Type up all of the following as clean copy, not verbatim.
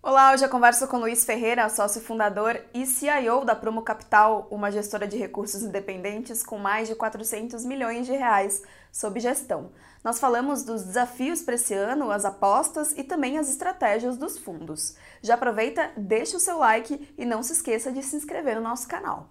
Olá, hoje eu converso com Luiz Ferreira, sócio fundador e CIO da Prumo Capital, uma gestora de recursos independentes com mais de 400 milhões de reais sob gestão. Nós falamos dos desafios para esse ano, as apostas e também as estratégias dos fundos. Já aproveita, deixa o seu like e não se esqueça de se inscrever no nosso canal.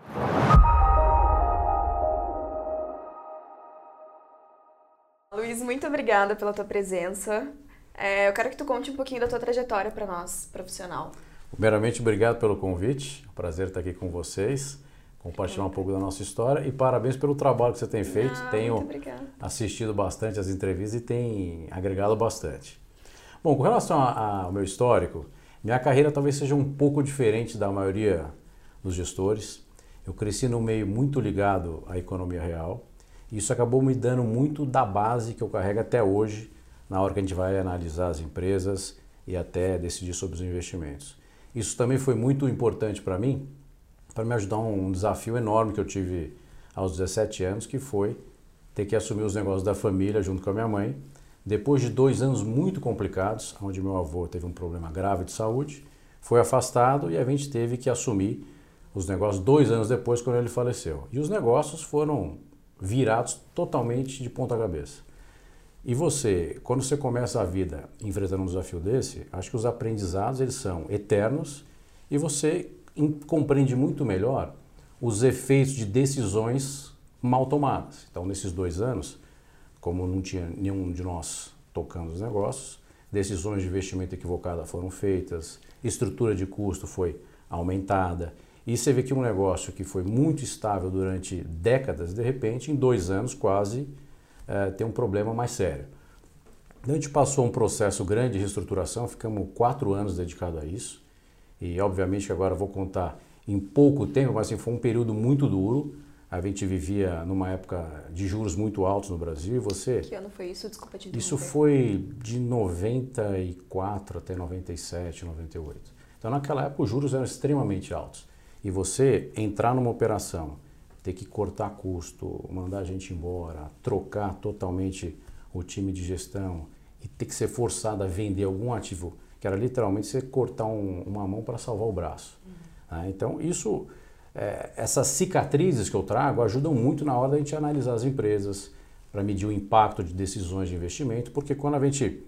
Luiz, muito obrigada pela tua presença. Eu quero que tu conte um pouquinho da tua trajetória para nós, profissional. Primeiramente, obrigado pelo convite. É um prazer estar aqui com vocês, compartilhar um pouco da nossa história e parabéns pelo trabalho que você tem feito. Tenho assistido bastante as entrevistas e tem agregado bastante. Bom, com relação ao meu histórico, minha carreira talvez seja um pouco diferente da maioria dos gestores. Eu cresci num meio muito ligado à economia real e isso acabou me dando muito da base que eu carrego até hoje, na hora que a gente vai analisar as empresas e até decidir sobre os investimentos. Isso também foi muito importante para mim, para me ajudar um desafio enorme que eu tive aos 17 anos, que foi ter que assumir os negócios da família junto com a minha mãe, depois de 2 anos muito complicados, onde meu avô teve um problema grave de saúde, foi afastado e a gente teve que assumir os negócios 2 anos depois, quando ele faleceu. E os negócios foram virados totalmente de ponta cabeça. E você, quando você começa a vida enfrentando um desafio desse, acho que os aprendizados eles são eternos e você compreende muito melhor os efeitos de decisões mal tomadas. Então, nesses 2 anos, como não tinha nenhum de nós tocando os negócios, decisões de investimento equivocadas foram feitas, estrutura de custo foi aumentada, e você vê que um negócio que foi muito estável durante décadas, de repente, em 2 anos quase, tem um problema mais sério. A gente passou um processo grande de reestruturação, ficamos 4 anos dedicados a isso. E obviamente que agora eu vou contar em pouco tempo, mas assim, foi um período muito duro. A gente vivia numa época de juros muito altos no Brasil. Que ano foi isso? Desculpa te interromper. Isso foi de 94 até 97, 98. Então naquela época os juros eram extremamente altos. E você entrar numa operação, ter que cortar custo, mandar a gente embora, trocar totalmente o time de gestão e ter que ser forçado a vender algum ativo, que era literalmente você cortar uma mão para salvar o braço. Então, isso, essas cicatrizes que eu trago ajudam muito na hora da gente analisar as empresas, para medir o impacto de decisões de investimento, porque quando a gente,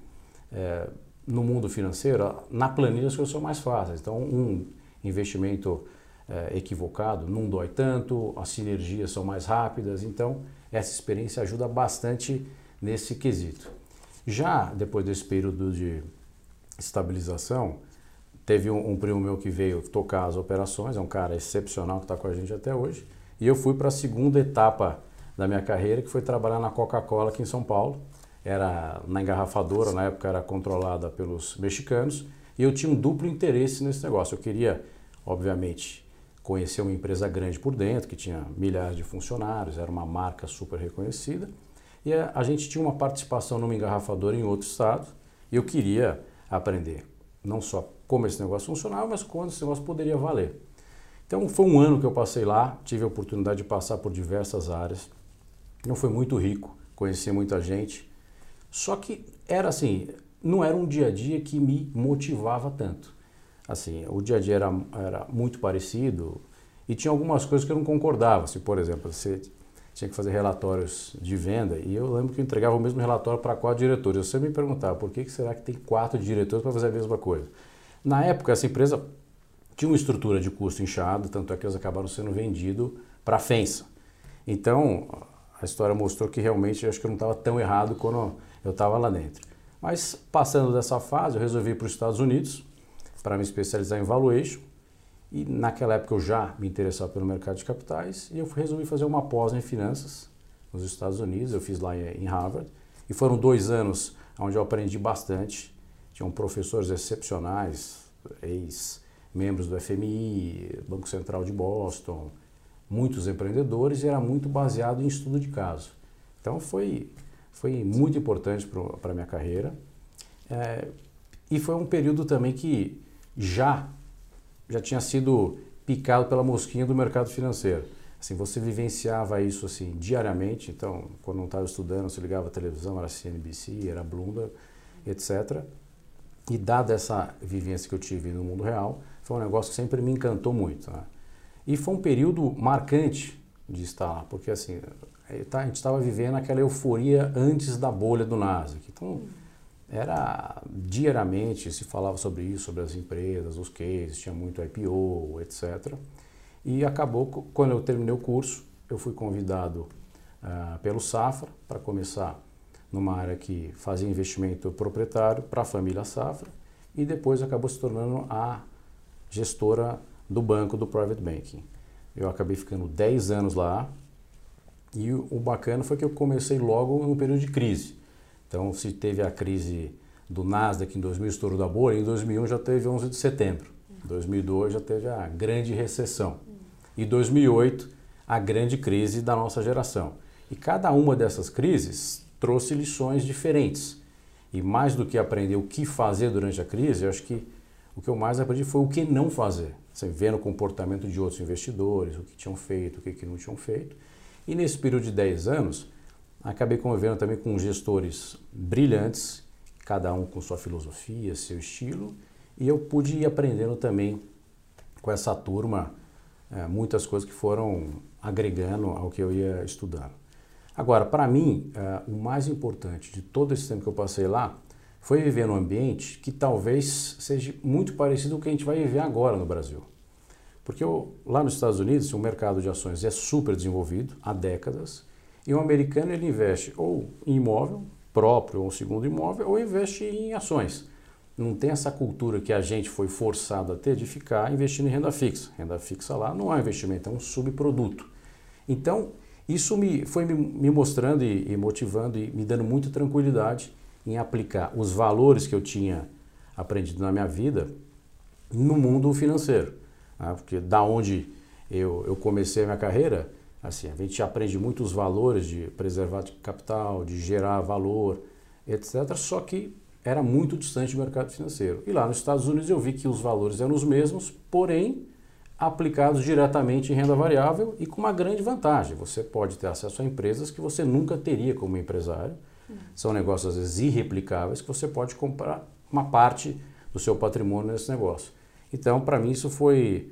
no mundo financeiro, na planilha as coisas são mais fáceis. Então, um investimento equivocado, não dói tanto, as sinergias são mais rápidas, então essa experiência ajuda bastante nesse quesito. Já depois desse período de estabilização, teve um primo meu que veio tocar as operações, é um cara excepcional que está com a gente até hoje, e eu fui para a segunda etapa da minha carreira, que foi trabalhar na Coca-Cola aqui em São Paulo, era na engarrafadora, na época era controlada pelos mexicanos, e eu tinha um duplo interesse nesse negócio, eu queria, obviamente, conhecer uma empresa grande por dentro, que tinha milhares de funcionários, era uma marca super reconhecida. E a gente tinha uma participação numa engarrafadora em outro estado. E eu queria aprender não só como esse negócio funcionava, mas quando esse negócio poderia valer. Então foi um ano que eu passei lá, tive a oportunidade de passar por diversas áreas. Não foi muito rico, conheci muita gente. Só que era assim, não era um dia a dia que me motivava tanto. Assim, o dia a dia era muito parecido e tinha algumas coisas que eu não concordava. Assim, por exemplo, você tinha que fazer relatórios de venda e eu lembro que eu entregava o mesmo relatório para 4 diretores. Eu sempre me perguntava por que será que tem 4 diretores para fazer a mesma coisa. Na época, essa empresa tinha uma estrutura de custo inchada, tanto é que eles acabaram sendo vendidos para a FENSA. Então, a história mostrou que realmente eu acho que eu não estava tão errado quando eu estava lá dentro. Mas, passando dessa fase, eu resolvi ir para os Estados Unidos, para me especializar em valuation, e naquela época eu já me interessava pelo mercado de capitais e eu resolvi fazer uma pós em finanças nos Estados Unidos, eu fiz lá em Harvard, e foram 2 anos onde eu aprendi bastante, tinham professores excepcionais, ex-membros do FMI, Banco Central de Boston, muitos empreendedores e era muito baseado em estudo de caso. Então foi muito importante para a minha carreira e foi um período também que já tinha sido picado pela mosquinha do mercado financeiro. Assim, você vivenciava isso assim, diariamente, então, quando não estava estudando, você ligava a televisão, era CNBC, era Bloomberg, etc. E dada essa vivência que eu tive no mundo real, foi um negócio que sempre me encantou muito, né? E foi um período marcante de estar lá, porque assim, a gente estava vivendo aquela euforia antes da bolha do Nasdaq. Então, era diariamente se falava sobre isso, sobre as empresas, os cases, tinha muito IPO, etc. E acabou, quando eu terminei o curso, eu fui convidado pelo Safra para começar numa área que fazia investimento proprietário para a família Safra e depois acabou se tornando a gestora do banco do Private Banking. Eu acabei ficando 10 anos lá e o bacana foi que eu comecei logo no período de crise. Então, se teve a crise do Nasdaq em 2000, estouro da bolha, em 2001 já teve 11 de setembro. Em 2002 já teve a grande recessão. E 2008, a grande crise da nossa geração. E cada uma dessas crises trouxe lições diferentes. E mais do que aprender o que fazer durante a crise, eu acho que o que eu mais aprendi foi o que não fazer. Assim, vendo o comportamento de outros investidores, o que tinham feito, o que não tinham feito. E nesse período de 10 anos, acabei convivendo também com gestores brilhantes, cada um com sua filosofia, seu estilo, e eu pude ir aprendendo também com essa turma muitas coisas que foram agregando ao que eu ia estudando. Agora, para mim, o mais importante de todo esse tempo que eu passei lá foi viver num ambiente que talvez seja muito parecido com o que a gente vai viver agora no Brasil. Porque lá nos Estados Unidos, o mercado de ações é super desenvolvido há décadas, e o americano ele investe ou em imóvel próprio ou um segundo imóvel ou investe em ações. Não tem essa cultura que a gente foi forçado a ter de ficar investindo em renda fixa. Renda fixa lá não é um investimento, é um subproduto. Então, isso foi me mostrando e motivando e me dando muita tranquilidade em aplicar os valores que eu tinha aprendido na minha vida no mundo financeiro. Porque da onde eu comecei a minha carreira, assim, a gente aprende muitos valores de preservar capital, de gerar valor, etc. Só que era muito distante do mercado financeiro. E lá nos Estados Unidos eu vi que os valores eram os mesmos, porém aplicados diretamente em renda variável e com uma grande vantagem. Você pode ter acesso a empresas que você nunca teria como empresário. São negócios, às vezes, irreplicáveis, que você pode comprar uma parte do seu patrimônio nesse negócio. Então, para mim, isso foi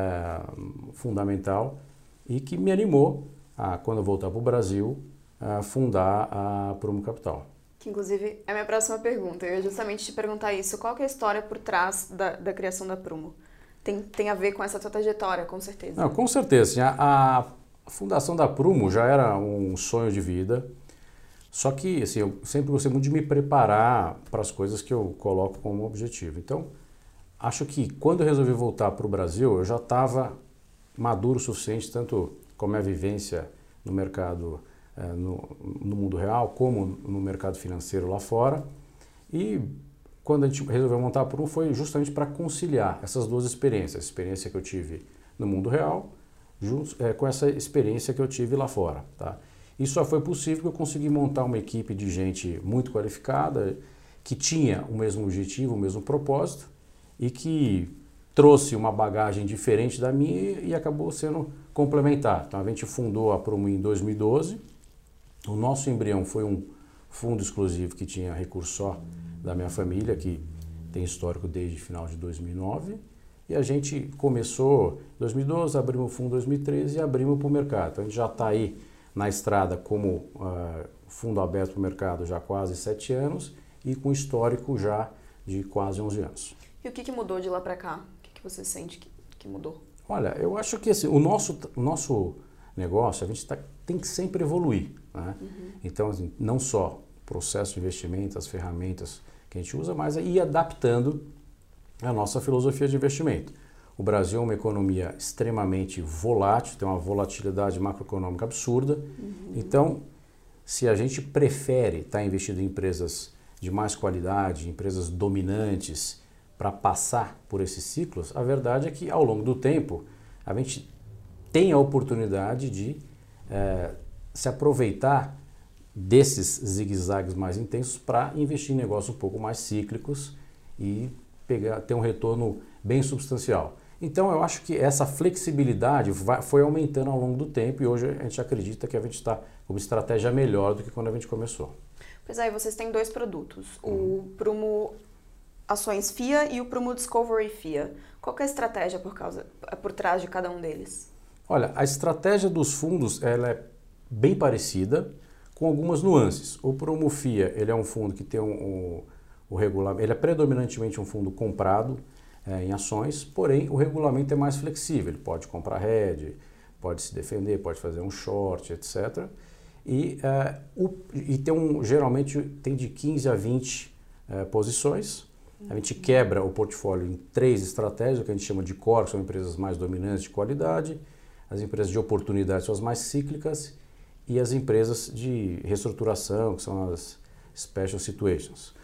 fundamental e que me animou a, quando eu voltar para o Brasil, a fundar a Prumo Capital. Que, inclusive, é a minha próxima pergunta. Eu ia justamente te perguntar isso. Qual que é a história por trás da criação da Prumo? Tem a ver com essa tua trajetória, com certeza. Não, com certeza. A fundação da Prumo já era um sonho de vida. Só que assim, eu sempre gostei muito de me preparar para as coisas que eu coloco como objetivo. Então, acho que quando eu resolvi voltar para o Brasil, eu já estava maduro o suficiente, tanto com a minha vivência no mercado, no mundo real, como no mercado financeiro lá fora. E quando a gente resolveu montar a Prumo foi justamente para conciliar essas duas experiências. A experiência que eu tive no mundo real com essa experiência que eu tive lá fora. Tá? Isso só foi possível porque eu consegui montar uma equipe de gente muito qualificada, que tinha o mesmo objetivo, o mesmo propósito e que trouxe uma bagagem diferente da minha e acabou sendo complementar. Então a gente fundou a Prumo em 2012. O nosso embrião foi um fundo exclusivo que tinha recurso só da minha família, que tem histórico desde final de 2009. E a gente começou em 2012, abrimos o fundo em 2013 e abrimos para o mercado. Então a gente já está aí na estrada como fundo aberto para o mercado já há quase 7 anos e com histórico já de quase 11 anos. E o que mudou de lá para cá? O que você sente que mudou? Olha, eu acho que assim, o nosso negócio, a gente tem que sempre evoluir. Né? Então, assim, não só o processo de investimento, as ferramentas que a gente usa, mas ir adaptando a nossa filosofia de investimento. O Brasil é uma economia extremamente volátil, tem uma volatilidade macroeconômica absurda. Então, se a gente prefere estar investido em empresas de mais qualidade, empresas dominantes, para passar por esses ciclos, a verdade é que ao longo do tempo a gente tem a oportunidade de se aproveitar desses zigue-zagues mais intensos para investir em negócios um pouco mais cíclicos e ter um retorno bem substancial. Então eu acho que essa flexibilidade foi aumentando ao longo do tempo e hoje a gente acredita que a gente está com uma estratégia melhor do que quando a gente começou. Pois é, vocês têm 2 produtos. O Prumo ações FIA e o Prumo Discovery FIA. Qual que é a estratégia por trás de cada um deles? Olha, a estratégia dos fundos ela é bem parecida, com algumas nuances. O Prumo FIA ele é um fundo que tem o regulamento, ele é predominantemente um fundo comprado em ações, porém o regulamento é mais flexível. Ele pode comprar hedge, pode se defender, pode fazer um short, etc. E geralmente tem de 15 a 20 posições. A gente quebra o portfólio em 3 estratégias, o que a gente chama de core, que são empresas mais dominantes de qualidade, as empresas de oportunidade são as mais cíclicas e as empresas de reestruturação, que são as special situations.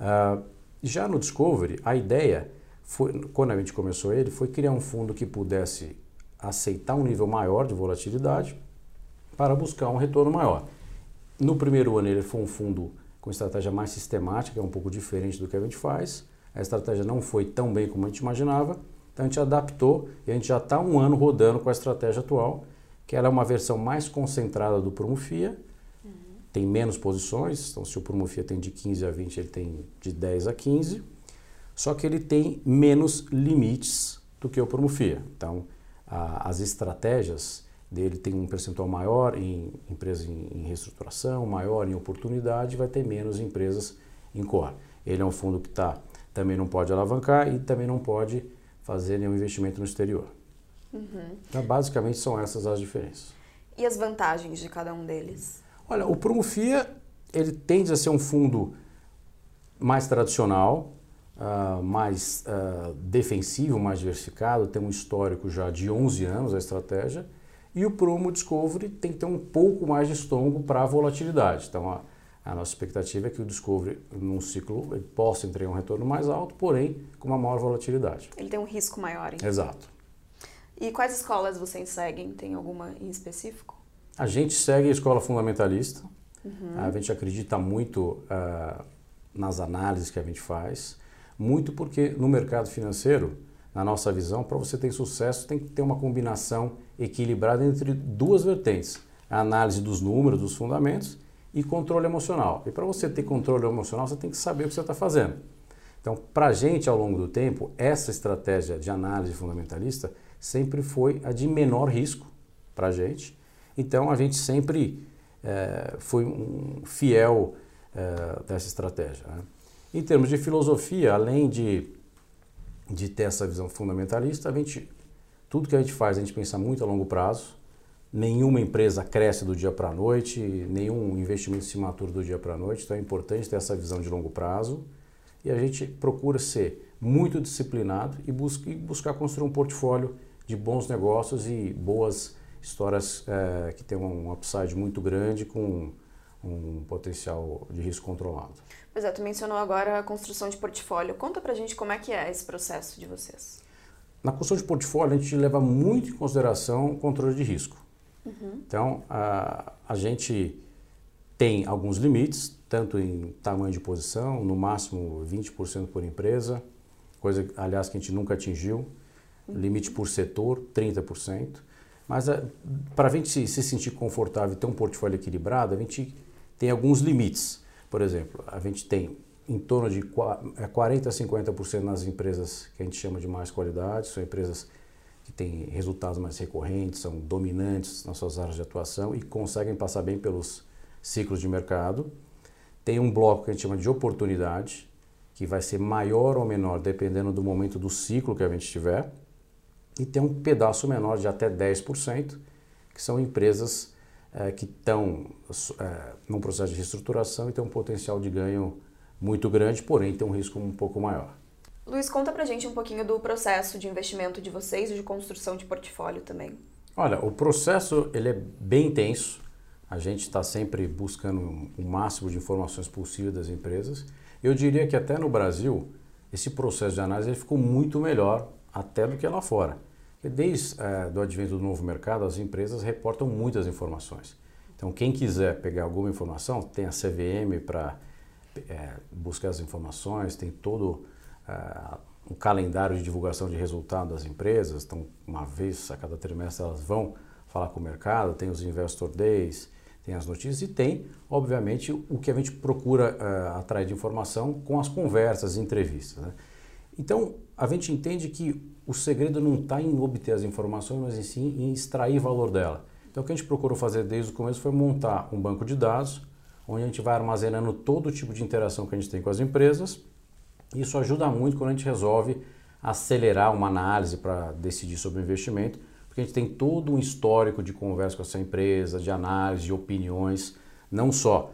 Já no Discovery, a ideia, quando a gente começou ele, foi criar um fundo que pudesse aceitar um nível maior de volatilidade para buscar um retorno maior. No primeiro ano ele foi um fundo com estratégia mais sistemática, é um pouco diferente do que a gente faz. A estratégia não foi tão bem como a gente imaginava, então a gente adaptou e a gente já está um ano rodando com a estratégia atual, que ela é uma versão mais concentrada do Prumo FIA, tem menos posições, então se o Prumo FIA tem de 15 a 20, ele tem de 10 a 15, só que ele tem menos limites do que o Prumo FIA. Então as estratégias dele tem um percentual maior em empresas em reestruturação, maior em oportunidade, vai ter menos empresas em core. Ele é um fundo que também não pode alavancar e também não pode fazer nenhum investimento no exterior. Então, basicamente são essas as diferenças. E as vantagens de cada um deles? Olha, o Prumo FIA ele tende a ser um fundo mais tradicional, mais defensivo, mais diversificado, tem um histórico já de 11 anos a estratégia, e o Prumo Discovery tem que ter um pouco mais de estômago para a volatilidade. Então a nossa expectativa é que o Discovery, num ciclo, ele possa entregar um retorno mais alto, porém com uma maior volatilidade. Ele tem um risco maior, então. Exato. E quais escolas vocês seguem? Tem alguma em específico? A gente segue a escola fundamentalista. A gente acredita muito nas análises que a gente faz, muito porque no mercado financeiro, na nossa visão, para você ter sucesso, tem que ter uma combinação equilibrada entre duas vertentes. A análise dos números, dos fundamentos e controle emocional. E para você ter controle emocional, você tem que saber o que você está fazendo. Então, para a gente, ao longo do tempo, essa estratégia de análise fundamentalista sempre foi a de menor risco para a gente. Então, a gente sempre foi um fiel dessa estratégia, né? Em termos de filosofia, além de ter essa visão fundamentalista, tudo que a gente faz, a gente pensa muito a longo prazo. Nenhuma empresa cresce do dia para a noite, nenhum investimento se matura do dia para a noite, então é importante ter essa visão de longo prazo. E a gente procura ser muito disciplinado e buscar construir um portfólio de bons negócios e boas histórias que tem um upside muito grande com um potencial de risco controlado. Pois é, tu mencionou agora a construção de portfólio. Conta pra gente como é que é esse processo de vocês. Na construção de portfólio, a gente leva muito em consideração o controle de risco. Então, a gente tem alguns limites, tanto em tamanho de posição, no máximo 20% por empresa, coisa, aliás, que a gente nunca atingiu. Limite por setor, 30%. Mas para a gente se sentir confortável e ter um portfólio equilibrado, a gente tem alguns limites. Por exemplo, a gente tem em torno de 40% a 50% nas empresas que a gente chama de mais qualidade, são empresas que têm resultados mais recorrentes, são dominantes nas suas áreas de atuação e conseguem passar bem pelos ciclos de mercado. Tem um bloco que a gente chama de oportunidade, que vai ser maior ou menor dependendo do momento do ciclo que a gente tiver. E tem um pedaço menor de até 10%, que são empresas que estão num processo de reestruturação e têm um potencial de ganho muito grande, porém tem um risco um pouco maior. Luiz, conta pra gente um pouquinho do processo de investimento de vocês e de construção de portfólio também. Olha, o processo ele é bem intenso. A gente está sempre buscando o máximo de informações possíveis das empresas. Eu diria que até no Brasil, esse processo de análise ele ficou muito melhor até do que lá fora. Porque desde o advento do novo mercado, as empresas reportam muitas informações. Então, quem quiser pegar alguma informação, tem a CVM para buscar as informações, tem todo um calendário de divulgação de resultado das empresas. Então, uma vez a cada trimestre elas vão falar com o mercado, tem os Investor Days, Tem as notícias e tem, obviamente, o que a gente procura atrair de informação com as conversas, entrevistas, né? Então, a gente entende que o segredo não está em obter as informações, mas sim em extrair valor dela. Então, o que a gente procurou fazer desde o começo foi montar um banco de dados, onde a gente vai armazenando todo tipo de interação que a gente tem com as empresas. Isso ajuda muito quando a gente resolve acelerar uma análise para decidir sobre o investimento, porque a gente tem todo um histórico de conversa com essa empresa, de análise, de opiniões, não só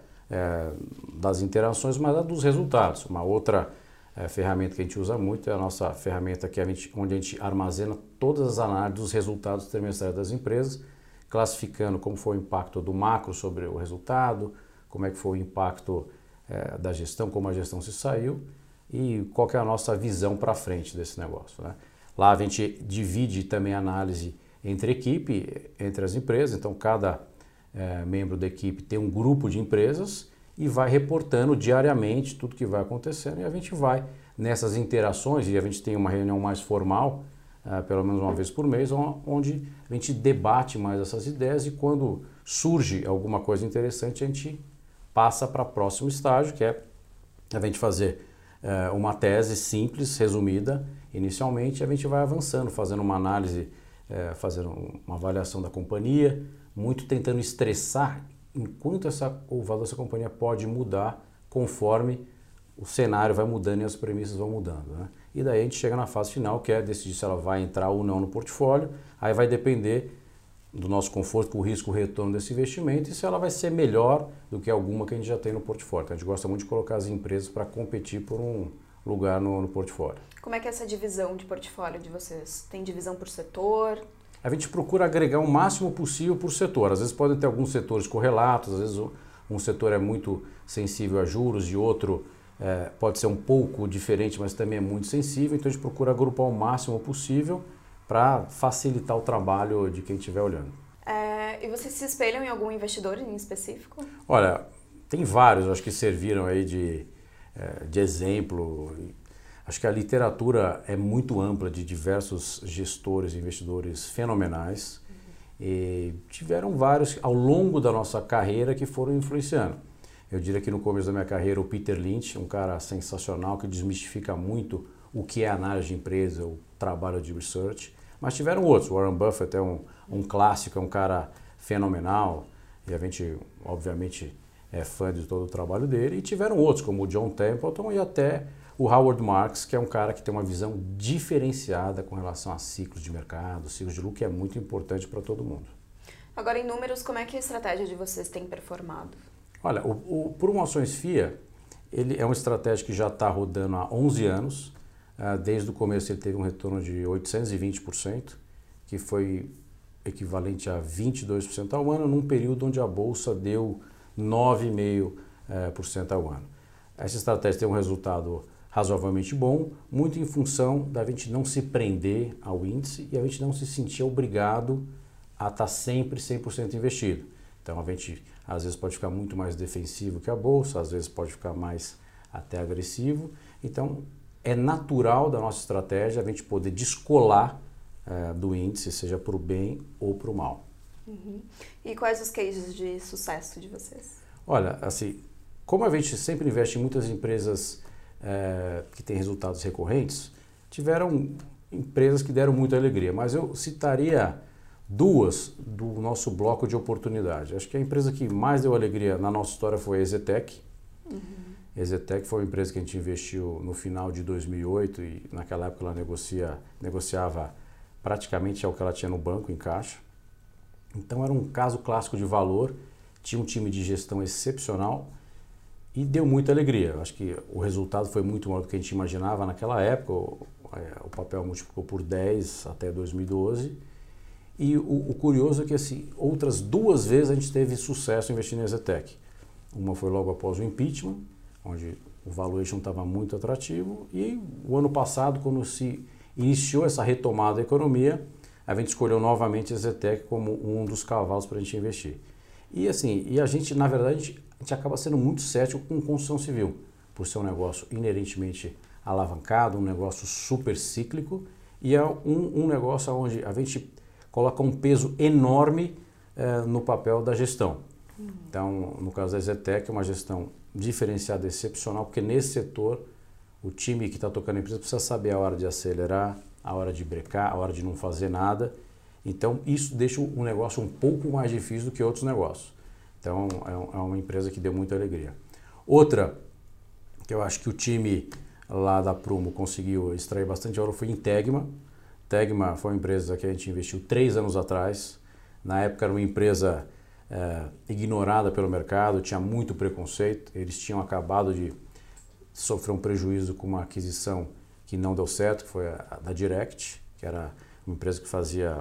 das interações, mas dos resultados. Uma outra ferramenta que a gente usa muito é a nossa ferramenta onde a gente armazena todas as análises dos resultados trimestrais das empresas, classificando como foi o impacto do macro sobre o resultado, como é que foi o impacto da gestão, como a gestão se saiu e qual que é a nossa visão para frente desse negócio, né? Lá a gente divide também a análise entre equipe, entre as empresas, então cada membro da equipe tem um grupo de empresas e vai reportando diariamente tudo que vai acontecendo e a gente vai nessas interações e a gente tem uma reunião mais formal, pelo menos uma vez por mês, onde a gente debate mais essas ideias e quando surge alguma coisa interessante a gente passa para o próximo estágio, que é a gente fazer uma tese simples, resumida inicialmente, e a gente vai avançando, fazendo uma análise, fazendo uma avaliação da companhia, muito tentando estressar enquanto o valor dessa companhia pode mudar conforme o cenário vai mudando e as premissas vão mudando, né? E daí a gente chega na fase final, que é decidir se ela vai entrar ou não no portfólio, aí vai depender do nosso conforto com o risco retorno desse investimento e se ela vai ser melhor do que alguma que a gente já tem no portfólio. Então a gente gosta muito de colocar as empresas para competir por um lugar no portfólio. Como é que é essa divisão de portfólio de vocês? Tem divisão por setor? A gente procura agregar o máximo possível por setor. Às vezes podem ter alguns setores correlatos, às vezes um setor é muito sensível a juros e outro pode ser um pouco diferente, mas também é muito sensível. Então a gente procura agrupar o máximo possível para facilitar o trabalho de quem estiver olhando. E vocês se espelham em algum investidor em específico? Olha, tem vários, acho que serviram aí de exemplo. Acho que a literatura é muito ampla de diversos gestores e investidores fenomenais. E tiveram vários ao longo da nossa carreira que foram influenciando. Eu diria que no começo da minha carreira o Peter Lynch, um cara sensacional que desmistifica muito o que é análise de empresa, o trabalho de research. Mas tiveram outros, o Warren Buffett é um clássico, é um cara fenomenal e a gente obviamente é fã de todo o trabalho dele. E tiveram outros como o John Templeton e até o Howard Marks, que é um cara que tem uma visão diferenciada com relação a ciclos de mercado, ciclos de lucro, que é muito importante para todo mundo. Agora, em números, como é que a estratégia de vocês tem performado? Olha, o Promoções FIA, ele é uma estratégia que já está rodando há 11 anos. Desde o começo ele teve um retorno de 820%, que foi equivalente a 22% ao ano, num período onde a Bolsa deu 9,5% ao ano. Essa estratégia tem um resultado razoavelmente bom, muito em função da gente não se prender ao índice e a gente não se sentir obrigado a estar sempre 100% investido. Então a gente às vezes pode ficar muito mais defensivo que a Bolsa, às vezes pode ficar mais até agressivo. Então é natural da nossa estratégia a gente poder descolar do índice, seja para o bem ou para o mal. Uhum. E quais os cases de sucesso de vocês? Olha, assim, como a gente sempre investe em muitas empresas que têm resultados recorrentes, tiveram empresas que deram muita alegria, mas eu citaria duas do nosso bloco de oportunidade. Acho que a empresa que mais deu alegria na nossa história foi a EZTEC. Uhum. A EZTEC foi uma empresa que a gente investiu no final de 2008 e naquela época ela negociava praticamente o que ela tinha no banco em caixa. Então era um caso clássico de valor, tinha um time de gestão excepcional e deu muita alegria. Acho que o resultado foi muito maior do que a gente imaginava naquela época. O papel multiplicou por 10 até 2012. E o curioso é que assim, outras duas vezes a gente teve sucesso investindo em EZTEC. Uma foi logo após o impeachment, onde o valuation estava muito atrativo. E o ano passado, quando se iniciou essa retomada da economia, a gente escolheu novamente a EZTEC como um dos cavalos para a gente investir. E assim, a gente, na verdade, a gente acaba sendo muito cético com construção civil, por ser um negócio inerentemente alavancado, um negócio super cíclico e é um negócio onde a gente coloca um peso enorme no papel da gestão. Então, no caso da Zetec, é uma gestão diferenciada, excepcional, porque nesse setor, o time que está tocando a empresa precisa saber a hora de acelerar, a hora de brecar, a hora de não fazer nada. Então, isso deixa o negócio um pouco mais difícil do que outros negócios. Então, é uma empresa que deu muita alegria. Outra, que eu acho que o time lá da Prumo conseguiu extrair bastante ouro, foi em Tegma. Tegma foi uma empresa que a gente investiu 3 anos atrás. Na época era uma empresa ignorada pelo mercado, tinha muito preconceito. Eles tinham acabado de sofrer um prejuízo com uma aquisição que não deu certo, que foi a da Direct, que era uma empresa que fazia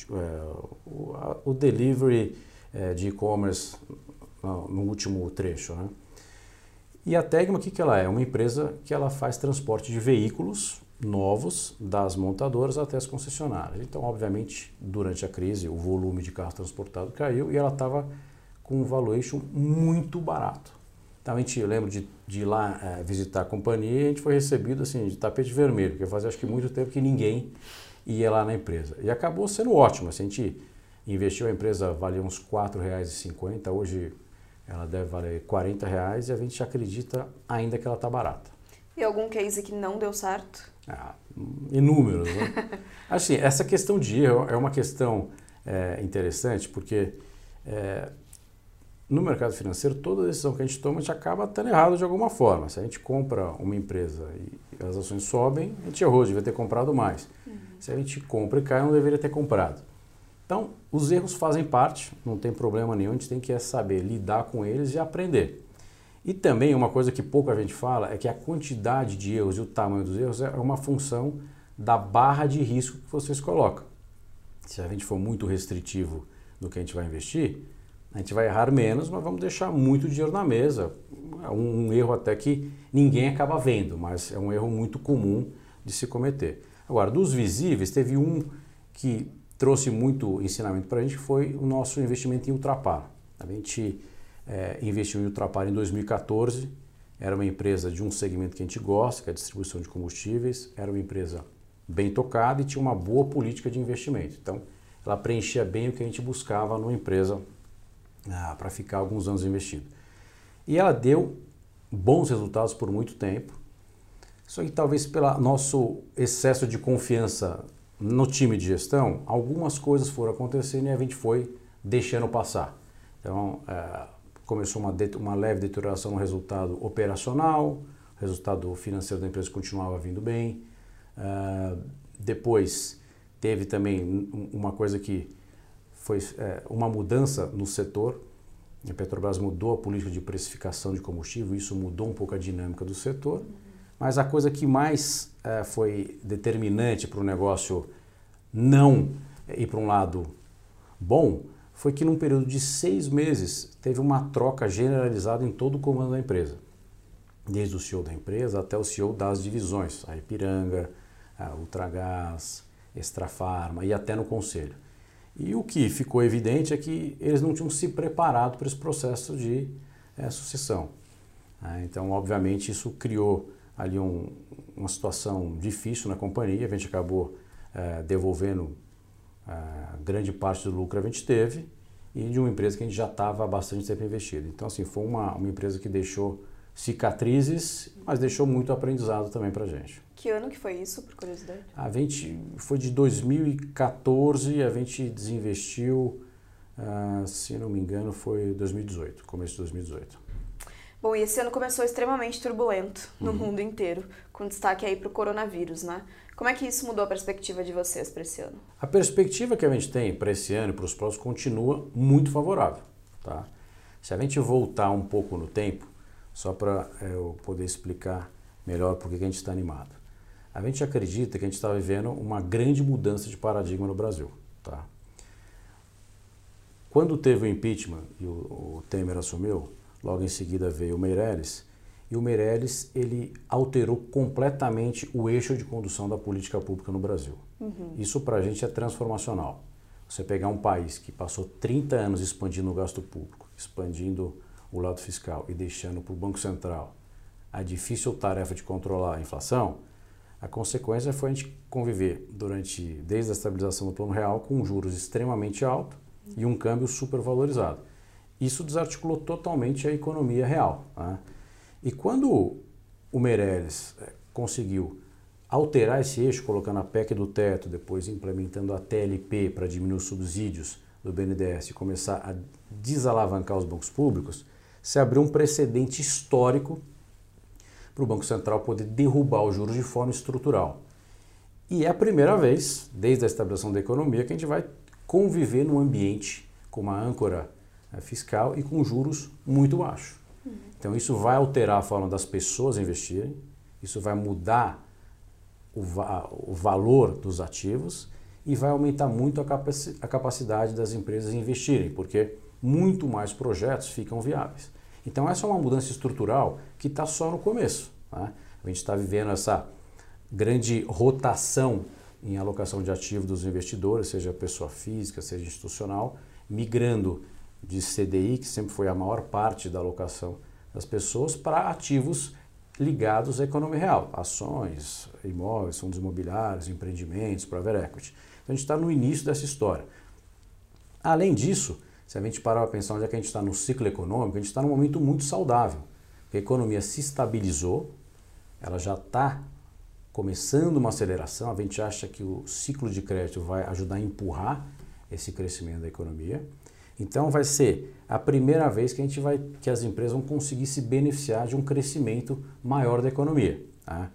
o delivery de e-commerce no último trecho, né? E a Tegma, o que ela é? É uma empresa que ela faz transporte de veículos novos das montadoras até as concessionárias. Então, obviamente, durante a crise, o volume de carros transportados caiu e ela estava com um valuation muito barato. Então, a gente lembra de ir lá visitar a companhia e a gente foi recebido assim, de tapete vermelho, porque fazia acho que muito tempo que ninguém ia lá na empresa. E acabou sendo ótimo. Assim, a gente investiu, a empresa valia uns R$ 4,50, hoje ela deve valer R$ 40 e a gente acredita ainda que ela está barata. E algum case que não deu certo? Inúmeros, né? Assim, essa questão de erro é uma questão interessante, porque no mercado financeiro, toda decisão que a gente toma, a gente acaba estando errado de alguma forma. Se a gente compra uma empresa e as ações sobem, a gente errou, devia ter comprado mais. Se a gente compra e cai, não deveria ter comprado. Então, os erros fazem parte, não tem problema nenhum, a gente tem que saber lidar com eles e aprender. E também uma coisa que pouca gente fala é que a quantidade de erros e o tamanho dos erros é uma função da barra de risco que vocês colocam. Se a gente for muito restritivo no que a gente vai investir, a gente vai errar menos, mas vamos deixar muito dinheiro na mesa. É um erro até que ninguém acaba vendo, mas é um erro muito comum de se cometer. Agora, dos visíveis, teve um que trouxe muito ensinamento para a gente, que foi o nosso investimento em Ultrapar. A gente investiu em Ultrapar em 2014, era uma empresa de um segmento que a gente gosta, que é a distribuição de combustíveis, era uma empresa bem tocada e tinha uma boa política de investimento. Então, ela preenchia bem o que a gente buscava numa empresa para ficar alguns anos investido. E ela deu bons resultados por muito tempo, só que talvez pelo nosso excesso de confiança no time de gestão, algumas coisas foram acontecendo e a gente foi deixando passar. Então, começou uma leve deterioração no resultado operacional, o resultado financeiro da empresa continuava vindo bem. Depois, teve também uma coisa que foi uma mudança no setor. A Petrobras mudou a política de precificação de combustível, isso mudou um pouco a dinâmica do setor. Mas a coisa que mais foi determinante para o negócio não ir para um lado bom foi que num período de 6 meses teve uma troca generalizada em todo o comando da empresa. Desde o CEO da empresa até o CEO das divisões, a Ipiranga, a Ultragaz, Extrafarma e até no conselho. E o que ficou evidente é que eles não tinham se preparado para esse processo de sucessão. Então, obviamente, isso criou ali uma situação difícil na companhia, a gente acabou devolvendo grande parte do lucro que a gente teve e de uma empresa que a gente já estava há bastante tempo investido. Então, assim, foi uma empresa que deixou cicatrizes, mas deixou muito aprendizado também para a gente. Que ano que foi isso, por curiosidade? A gente foi de 2014, a gente desinvestiu, se não me engano, foi 2018, começo de 2018. Bom, e esse ano começou extremamente turbulento no mundo inteiro, com destaque aí para o coronavírus, né? Como é que isso mudou a perspectiva de vocês para esse ano? A perspectiva que a gente tem para esse ano e para os próximos continua muito favorável, tá? Se a gente voltar um pouco no tempo, só para eu poder explicar melhor por que a gente está animado. A gente acredita que a gente está vivendo uma grande mudança de paradigma no Brasil, tá? Quando teve o impeachment e o Temer assumiu, logo em seguida veio o Meirelles, e o Meirelles ele alterou completamente o eixo de condução da política pública no Brasil. Isso para a gente é transformacional. Você pegar um país que passou 30 anos expandindo o gasto público, expandindo o lado fiscal e deixando para o Banco Central a difícil tarefa de controlar a inflação, a consequência foi a gente conviver desde a estabilização do Plano Real com juros extremamente altos e um câmbio supervalorizado. isso desarticulou totalmente a economia real. Né? E quando o Meirelles conseguiu alterar esse eixo, colocando a PEC do teto, depois implementando a TLP para diminuir os subsídios do BNDES e começar a desalavancar os bancos públicos, se abriu um precedente histórico para o Banco Central poder derrubar os juros de forma estrutural. E é a primeira vez, desde a estabilização da economia, que a gente vai conviver num ambiente com uma âncora fiscal e com juros muito baixos. Então isso vai alterar a forma das pessoas investirem, isso vai mudar o valor dos ativos e vai aumentar muito a capacidade das empresas investirem, porque muito mais projetos ficam viáveis. Então essa é uma mudança estrutural que está só no começo. Né? A gente está vivendo essa grande rotação em alocação de ativos dos investidores, seja pessoa física, seja institucional, migrando de CDI, que sempre foi a maior parte da alocação das pessoas, para ativos ligados à economia real, ações, imóveis, fundos imobiliários, empreendimentos, private equity. Então a gente está no início dessa história. Além disso, se a gente parar para pensar onde é que a gente está no ciclo econômico, a gente está num momento muito saudável. A economia se estabilizou, ela já está começando uma aceleração, a gente acha que o ciclo de crédito vai ajudar a empurrar esse crescimento da economia. Então vai ser a primeira vez que as empresas vão conseguir se beneficiar de um crescimento maior da economia. Tá?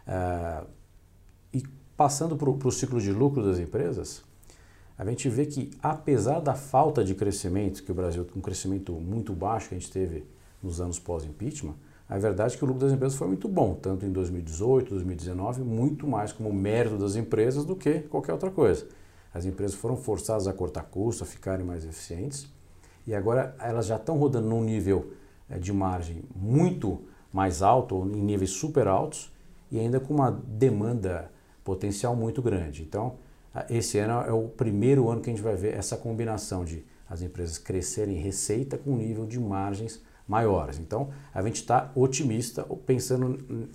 E passando para o ciclo de lucro das empresas, a gente vê que apesar da falta de crescimento, que o Brasil tem um crescimento muito baixo que a gente teve nos anos pós-impeachment, a verdade é que o lucro das empresas foi muito bom, tanto em 2018, 2019, muito mais como mérito das empresas do que qualquer outra coisa. As empresas foram forçadas a cortar custos, a ficarem mais eficientes, e agora elas já estão rodando num nível de margem muito mais alto, ou em níveis super altos, e ainda com uma demanda potencial muito grande. Então, esse ano é o primeiro ano que a gente vai ver essa combinação de as empresas crescerem receita com um nível de margens maiores. Então, a gente está otimista pensando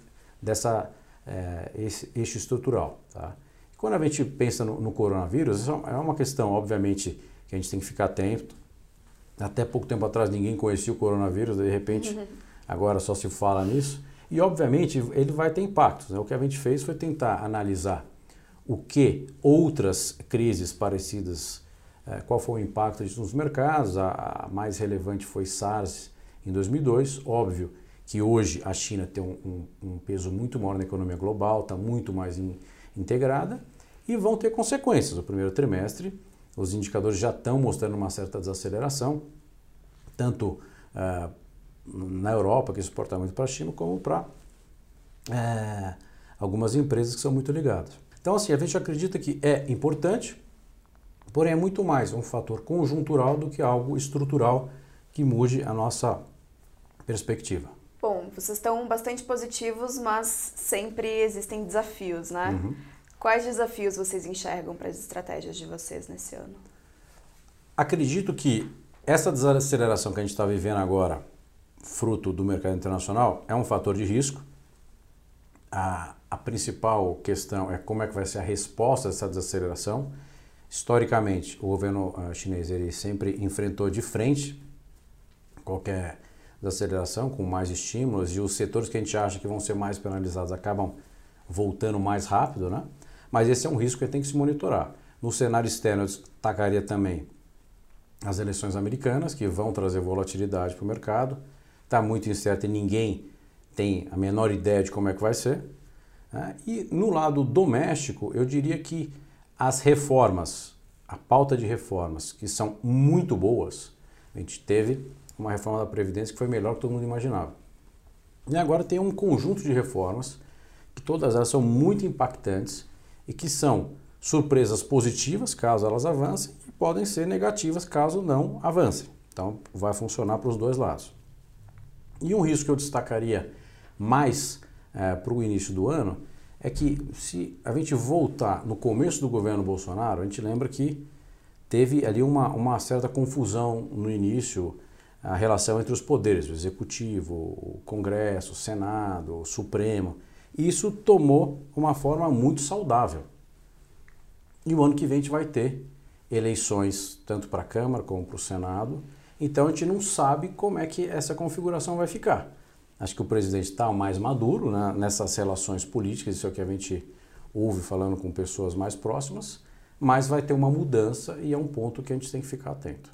esse eixo estrutural. Tá? Quando a gente pensa no coronavírus, isso é uma questão, obviamente, que a gente tem que ficar atento. Até pouco tempo atrás ninguém conhecia o coronavírus, de repente agora só se fala nisso. E, obviamente, ele vai ter impactos. Né? O que a gente fez foi tentar analisar o que outras crises parecidas, qual foi o impacto disso nos mercados. A mais relevante foi SARS em 2002. Óbvio que hoje a China tem um peso muito maior na economia global, está muito mais integrada e vão ter consequências. O primeiro trimestre, os indicadores já estão mostrando uma certa desaceleração, tanto na Europa, que exporta muito para a China, como para algumas empresas que são muito ligadas. Então, assim, a gente acredita que é importante, porém é muito mais um fator conjuntural do que algo estrutural que mude a nossa perspectiva. Bom, vocês estão bastante positivos, mas sempre existem desafios, né? Quais desafios vocês enxergam para as estratégias de vocês nesse ano? Acredito que essa desaceleração que a gente está vivendo agora, fruto do mercado internacional, é um fator de risco. A principal questão é como é que vai ser a resposta a essa desaceleração. Historicamente, o governo chinês ele sempre enfrentou de frente qualquer desaceleração com mais estímulos, e os setores que a gente acha que vão ser mais penalizados acabam voltando mais rápido, né? Mas esse é um risco que tem que se monitorar. No cenário externo, eu destacaria também as eleições americanas, que vão trazer volatilidade para o mercado. Está muito incerto e ninguém tem a menor ideia de como é que vai ser. Né? E no lado doméstico, eu diria que as reformas, a pauta de reformas, que são muito boas, a gente teve uma reforma da Previdência que foi melhor que todo mundo imaginava. E agora tem um conjunto de reformas, que todas elas são muito impactantes e que são surpresas positivas, caso elas avancem, e podem ser negativas, caso não avancem. Então, vai funcionar para os dois lados. E um risco que eu destacaria mais para o início do ano é que, se a gente voltar no começo do governo Bolsonaro, a gente lembra que teve ali uma certa confusão no início, a relação entre os poderes, o Executivo, o Congresso, o Senado, o Supremo. E isso tomou uma forma muito saudável. E o ano que vem a gente vai ter eleições tanto para a Câmara como para o Senado, Então a gente não sabe como é que essa configuração vai ficar. Acho que o presidente está mais maduro, né, nessas relações políticas, isso é o que a gente ouve falando com pessoas mais próximas, mas vai ter uma mudança e é um ponto que a gente tem que ficar atento.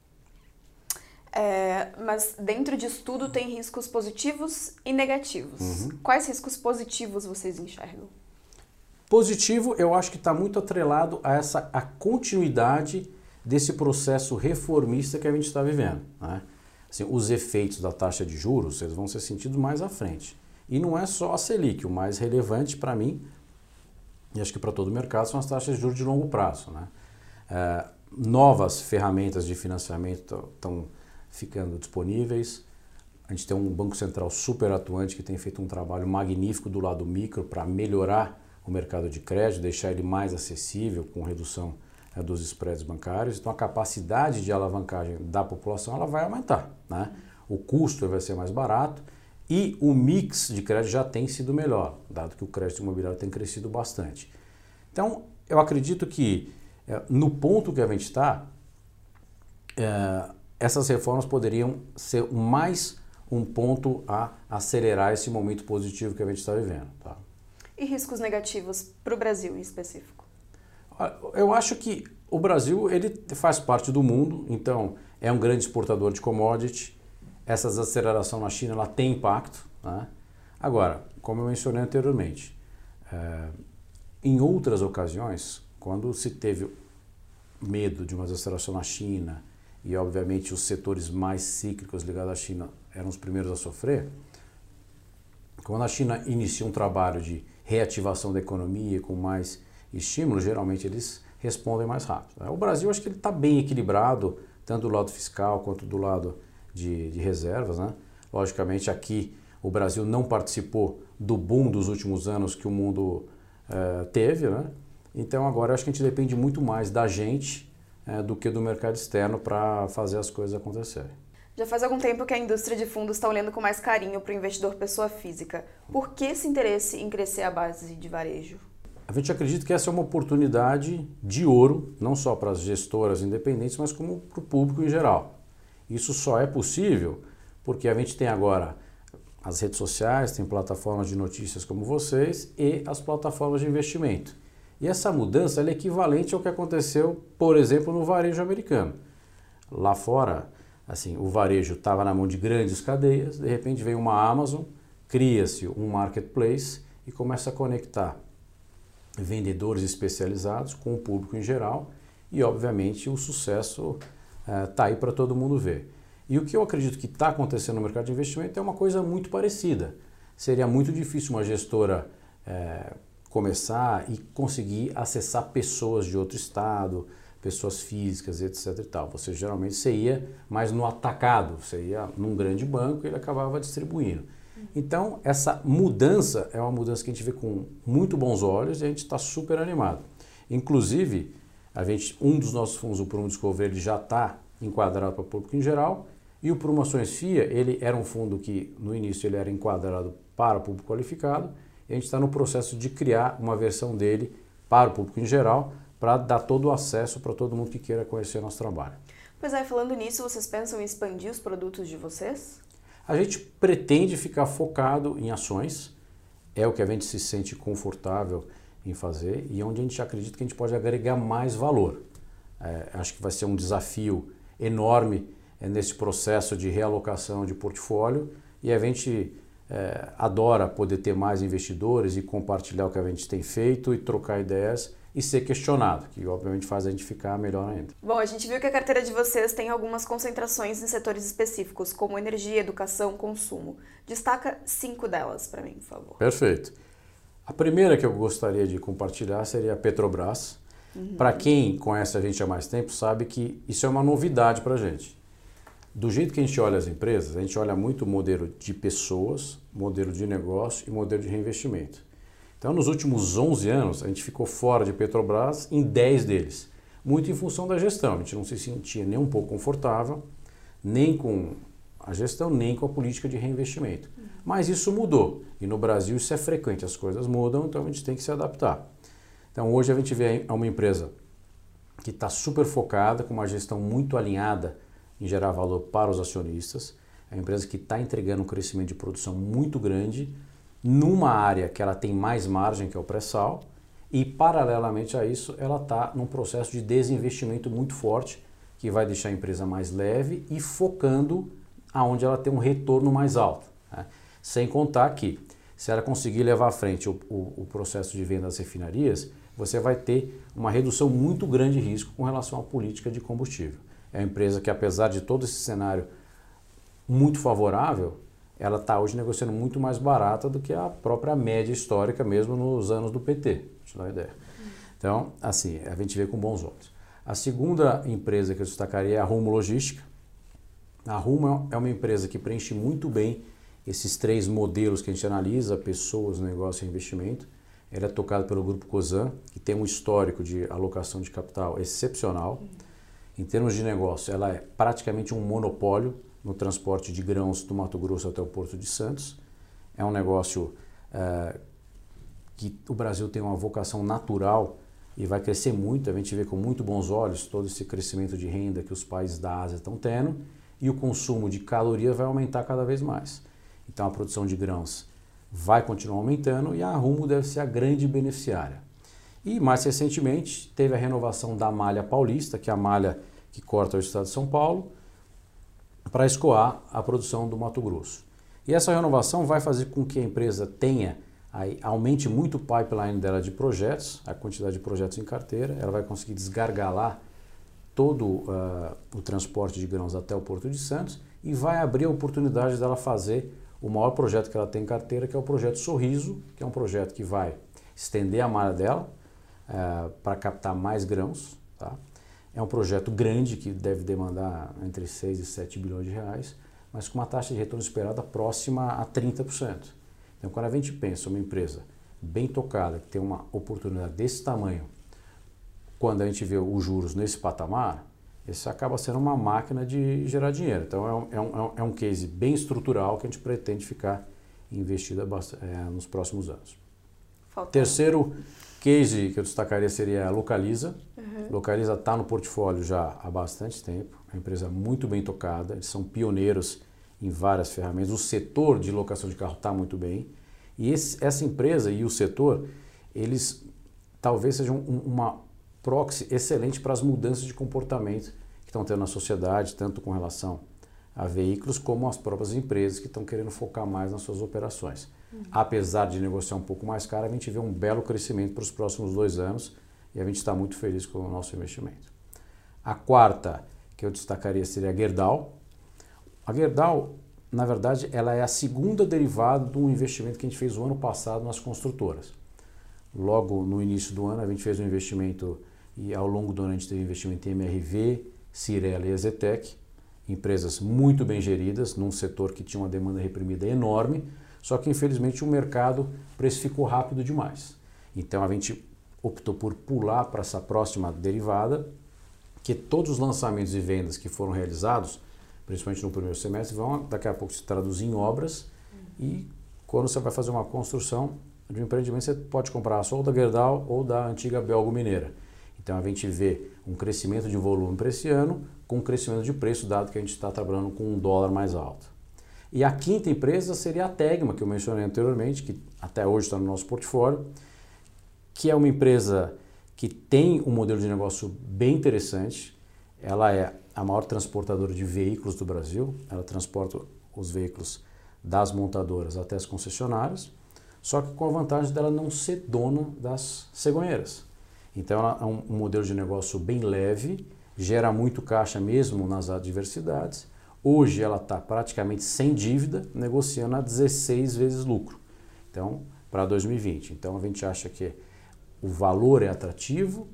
Mas dentro disso tudo tem riscos positivos e negativos. Quais riscos positivos vocês enxergam? Positivo, eu acho que está muito atrelado a continuidade desse processo reformista que a gente está vivendo, né? Assim, os efeitos da taxa de juros eles vão ser sentidos mais à frente. E não é só a Selic, o mais relevante para mim, e acho que para todo o mercado, são as taxas de juros de longo prazo, né? Novas ferramentas de financiamento estão ficando disponíveis. A gente tem um Banco Central super atuante que tem feito um trabalho magnífico do lado micro para melhorar o mercado de crédito, deixar ele mais acessível com redução dos spreads bancários. Então a capacidade de alavancagem da população ela vai aumentar, né? O custo vai ser mais barato e o mix de crédito já tem sido melhor, dado que o crédito imobiliário tem crescido bastante. Então eu acredito que no ponto que a gente está, essas reformas poderiam ser mais um ponto a acelerar esse momento positivo que a gente está vivendo, tá? E riscos negativos para o Brasil em específico? Eu acho que o Brasil ele faz parte do mundo, então é um grande exportador de commodity. Essa desaceleração na China ela tem impacto, né? Agora, como eu mencionei anteriormente, em outras ocasiões, quando se teve medo de uma desaceleração na China e obviamente os setores mais cíclicos ligados à China eram os primeiros a sofrer, quando a China inicia um trabalho de reativação da economia com mais estímulo, geralmente eles respondem mais rápido. O Brasil, acho que ele está bem equilibrado, tanto do lado fiscal quanto do lado de reservas, né? Logicamente, aqui o Brasil não participou do boom dos últimos anos que o mundo teve, né? Então, agora, acho que a gente depende muito mais da gente do que do mercado externo para fazer as coisas acontecerem. Já faz algum tempo que a indústria de fundos está olhando com mais carinho para o investidor pessoa física. Por que esse interesse em crescer a base de varejo? A gente acredita que essa é uma oportunidade de ouro, não só para as gestoras independentes, mas como para o público em geral. Isso só é possível porque a gente tem agora as redes sociais, tem plataformas de notícias como vocês e as plataformas de investimento. E essa mudança ela é equivalente ao que aconteceu, por exemplo, no varejo americano. Lá fora, assim, o varejo estava na mão de grandes cadeias, de repente vem uma Amazon, cria-se um marketplace e começa a conectar vendedores especializados com o público em geral e, obviamente, o sucesso está aí para todo mundo ver. E o que eu acredito que está acontecendo no mercado de investimento é uma coisa muito parecida. Seria muito difícil uma gestora começar e conseguir acessar pessoas de outro estado, pessoas físicas, etc. e tal. Você geralmente ia mais no atacado, você ia num grande banco e ele acabava distribuindo. Então, essa mudança é uma mudança que a gente vê com muito bons olhos e a gente está super animado. Inclusive, um dos nossos fundos, o Prumo Discovery, ele já está enquadrado para o público em geral e o Prumo Ações FIA, ele era um fundo que no início ele era enquadrado para o público qualificado e a gente está no processo de criar uma versão dele para o público em geral para dar todo o acesso para todo mundo que queira conhecer nosso trabalho. Pois é, falando nisso, vocês pensam em expandir os produtos de vocês? A gente pretende ficar focado em ações, é o que a gente se sente confortável em fazer e onde a gente acredita que a gente pode agregar mais valor. Acho que vai ser um desafio enorme nesse processo de realocação de portfólio e a gente adora poder ter mais investidores e compartilhar o que a gente tem feito e trocar ideias e ser questionado, que obviamente faz a gente ficar melhor ainda. Bom, a gente viu que a carteira de vocês tem algumas concentrações em setores específicos, como energia, educação, consumo. Destaca 5 delas para mim, por favor. Perfeito. A primeira que eu gostaria de compartilhar seria a Petrobras. Para quem conhece a gente há mais tempo, sabe que isso é uma novidade para a gente. Do jeito que a gente olha as empresas, a gente olha muito o modelo de pessoas, modelo de negócio e modelo de reinvestimento. Então, nos últimos 11 anos, a gente ficou fora de Petrobras em 10 deles. Muito em função da gestão. A gente não se sentia nem um pouco confortável, nem com a gestão, nem com a política de reinvestimento. Mas isso mudou. E no Brasil isso é frequente. As coisas mudam, então a gente tem que se adaptar. Então, hoje a gente vê uma empresa que está super focada, com uma gestão muito alinhada em gerar valor para os acionistas. É uma empresa que está entregando um crescimento de produção muito grande numa área que ela tem mais margem, que é o pré-sal, e paralelamente a isso ela está num processo de desinvestimento muito forte que vai deixar a empresa mais leve e focando aonde ela tem um retorno mais alto, né? Sem contar que se ela conseguir levar à frente o processo de venda das refinarias, você vai ter uma redução muito grande de risco com relação à política de combustível. É uma empresa que, apesar de todo esse cenário muito favorável, ela está hoje negociando muito mais barata do que a própria média histórica mesmo nos anos do PT, pra te dar uma ideia. Então, assim, a gente vê com bons olhos. A segunda empresa que eu destacaria é a Rumo Logística. A Rumo é uma empresa que preenche muito bem esses três modelos que a gente analisa, pessoas, negócio e investimento. Ela é tocada pelo Grupo Cosan, que tem um histórico de alocação de capital excepcional. Em termos de negócio, ela é praticamente um monopólio no transporte de grãos do Mato Grosso até o Porto de Santos. É um negócio que o Brasil tem uma vocação natural e vai crescer muito. A gente vê com muito bons olhos todo esse crescimento de renda que os países da Ásia estão tendo e o consumo de calorias vai aumentar cada vez mais. Então a produção de grãos vai continuar aumentando e a Rumo deve ser a grande beneficiária. E mais recentemente teve a renovação da malha paulista, que é a malha que corta o estado de São Paulo, para escoar a produção do Mato Grosso. E essa renovação vai fazer com que a empresa aumente muito o pipeline dela de projetos, a quantidade de projetos em carteira, ela vai conseguir desgargalar todo o transporte de grãos até o Porto de Santos e vai abrir a oportunidade dela fazer o maior projeto que ela tem em carteira, que é o projeto Sorriso, que é um projeto que vai estender a malha dela para captar mais grãos, tá? É um projeto grande que deve demandar entre 6 e 7 bilhões de reais, mas com uma taxa de retorno esperada próxima a 30%. Então, quando a gente pensa uma empresa bem tocada, que tem uma oportunidade desse tamanho, quando a gente vê os juros nesse patamar, isso acaba sendo uma máquina de gerar dinheiro. Então, é um case bem estrutural que a gente pretende ficar investido nos próximos anos. Terceiro case que eu destacaria seria a Localiza. Localiza está no portfólio já há bastante tempo, é uma empresa muito bem tocada, eles são pioneiros em várias ferramentas, o setor de locação de carro está muito bem, e essa empresa e o setor, eles talvez sejam uma proxy excelente para as mudanças de comportamento que estão tendo na sociedade, tanto com relação a veículos como as próprias empresas que estão querendo focar mais nas suas operações. Apesar de negociar um pouco mais caro, a gente vê um belo crescimento para os próximos 2 anos e a gente está muito feliz com o nosso investimento. A quarta que eu destacaria seria a Gerdau. A Gerdau, na verdade, ela é a segunda derivada do investimento que a gente fez o ano passado nas construtoras. Logo no início do ano a gente fez um investimento e ao longo do ano a gente teve investimento em MRV, Cyrela e Ezetec, empresas muito bem geridas, num setor que tinha uma demanda reprimida enorme, só que infelizmente o mercado precificou rápido demais. Então a gente optou por pular para essa próxima derivada, que todos os lançamentos e vendas que foram realizados, principalmente no primeiro semestre, vão daqui a pouco se traduzir em obras e quando você vai fazer uma construção de um empreendimento, você pode comprar só da Gerdau ou da antiga Belgo Mineira. Então a gente vê um crescimento de volume para esse ano, com um crescimento de preço, dado que a gente está trabalhando com um dólar mais alto. E a quinta empresa seria a Tegma, que eu mencionei anteriormente, que até hoje está no nosso portfólio, que é uma empresa que tem um modelo de negócio bem interessante. Ela é a maior transportadora de veículos do Brasil, ela transporta os veículos das montadoras até as concessionárias, só que com a vantagem dela não ser dona das cegonheiras. Então ela é um modelo de negócio bem leve, gera muito caixa mesmo nas adversidades. Hoje ela está praticamente sem dívida, negociando a 16 vezes lucro. Então, para 2020. Então a gente acha que o valor é atrativo,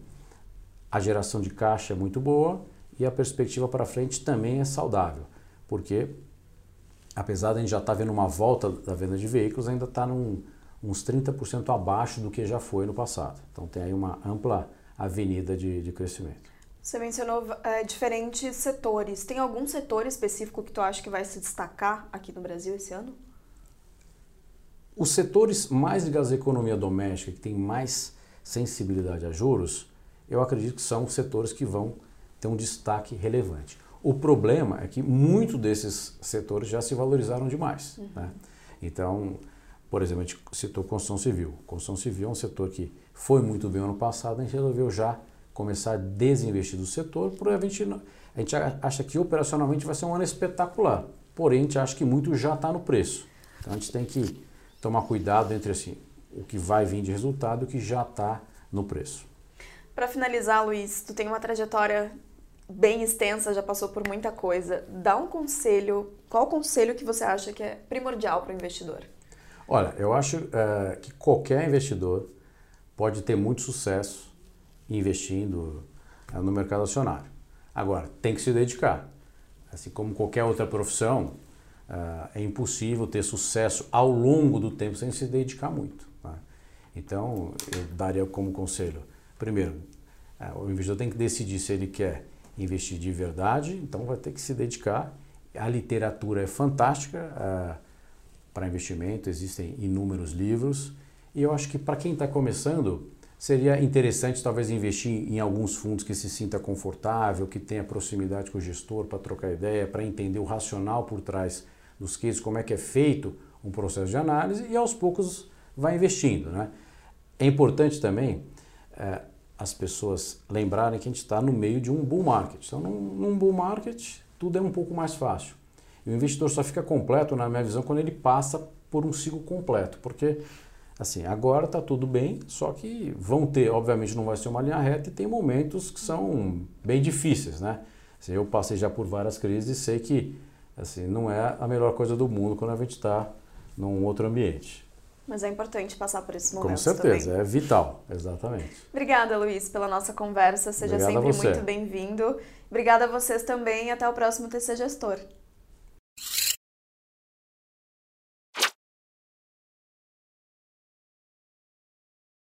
a geração de caixa é muito boa e a perspectiva para frente também é saudável. Porque, apesar de a gente já estar vendo uma volta da venda de veículos, ainda está uns 30% abaixo do que já foi no passado. Então tem aí uma ampla avenida de crescimento. Você mencionou diferentes setores. Tem algum setor específico que tu acha que vai se destacar aqui no Brasil esse ano? Os setores mais ligados à economia doméstica, que tem mais sensibilidade a juros, eu acredito que são os setores que vão ter um destaque relevante. O problema é que muitos desses setores já se valorizaram demais. Né? Então, por exemplo, a gente citou construção civil. Construção civil é um setor que foi muito bem ano passado, a gente resolveu já começar a desinvestir do setor, porque a gente acha que operacionalmente vai ser um ano espetacular, porém a gente acha que muito já está no preço. Então a gente tem que tomar cuidado entre assim, o que vai vir de resultado e o que já está no preço. Para finalizar, Luiz, tu tem uma trajetória bem extensa, já passou por muita coisa. Dá um conselho, qual conselho que você acha que é primordial para o investidor? Olha, eu acho que qualquer investidor pode ter muito sucesso investindo no mercado acionário. Agora, tem que se dedicar. Assim como qualquer outra profissão, é impossível ter sucesso ao longo do tempo sem se dedicar muito. Tá? Então, eu daria como conselho, primeiro, o investidor tem que decidir se ele quer investir de verdade, então vai ter que se dedicar. A literatura é fantástica para investimento, existem inúmeros livros, e eu acho que para quem está começando, seria interessante talvez investir em alguns fundos que se sinta confortável, que tenha proximidade com o gestor para trocar ideia, para entender o racional por trás dos cases, como é que é feito um processo de análise, e aos poucos vai investindo. Né? É importante também as pessoas lembrarem que a gente está no meio de um bull market. Então, num bull market, tudo é um pouco mais fácil. E o investidor só fica completo, na minha visão, quando ele passa por um ciclo completo, porque assim, agora está tudo bem, só que vão ter, obviamente não vai ser uma linha reta e tem momentos que são bem difíceis, né? Assim, eu passei já por várias crises e sei que assim, não é a melhor coisa do mundo quando a gente está num outro ambiente. Mas é importante passar por esses momentos. Com certeza, também. É vital, exatamente. Obrigada, Luiz, pela nossa conversa. Seja Obrigado sempre muito bem-vindo. Obrigada a vocês também e até o próximo TC Gestor.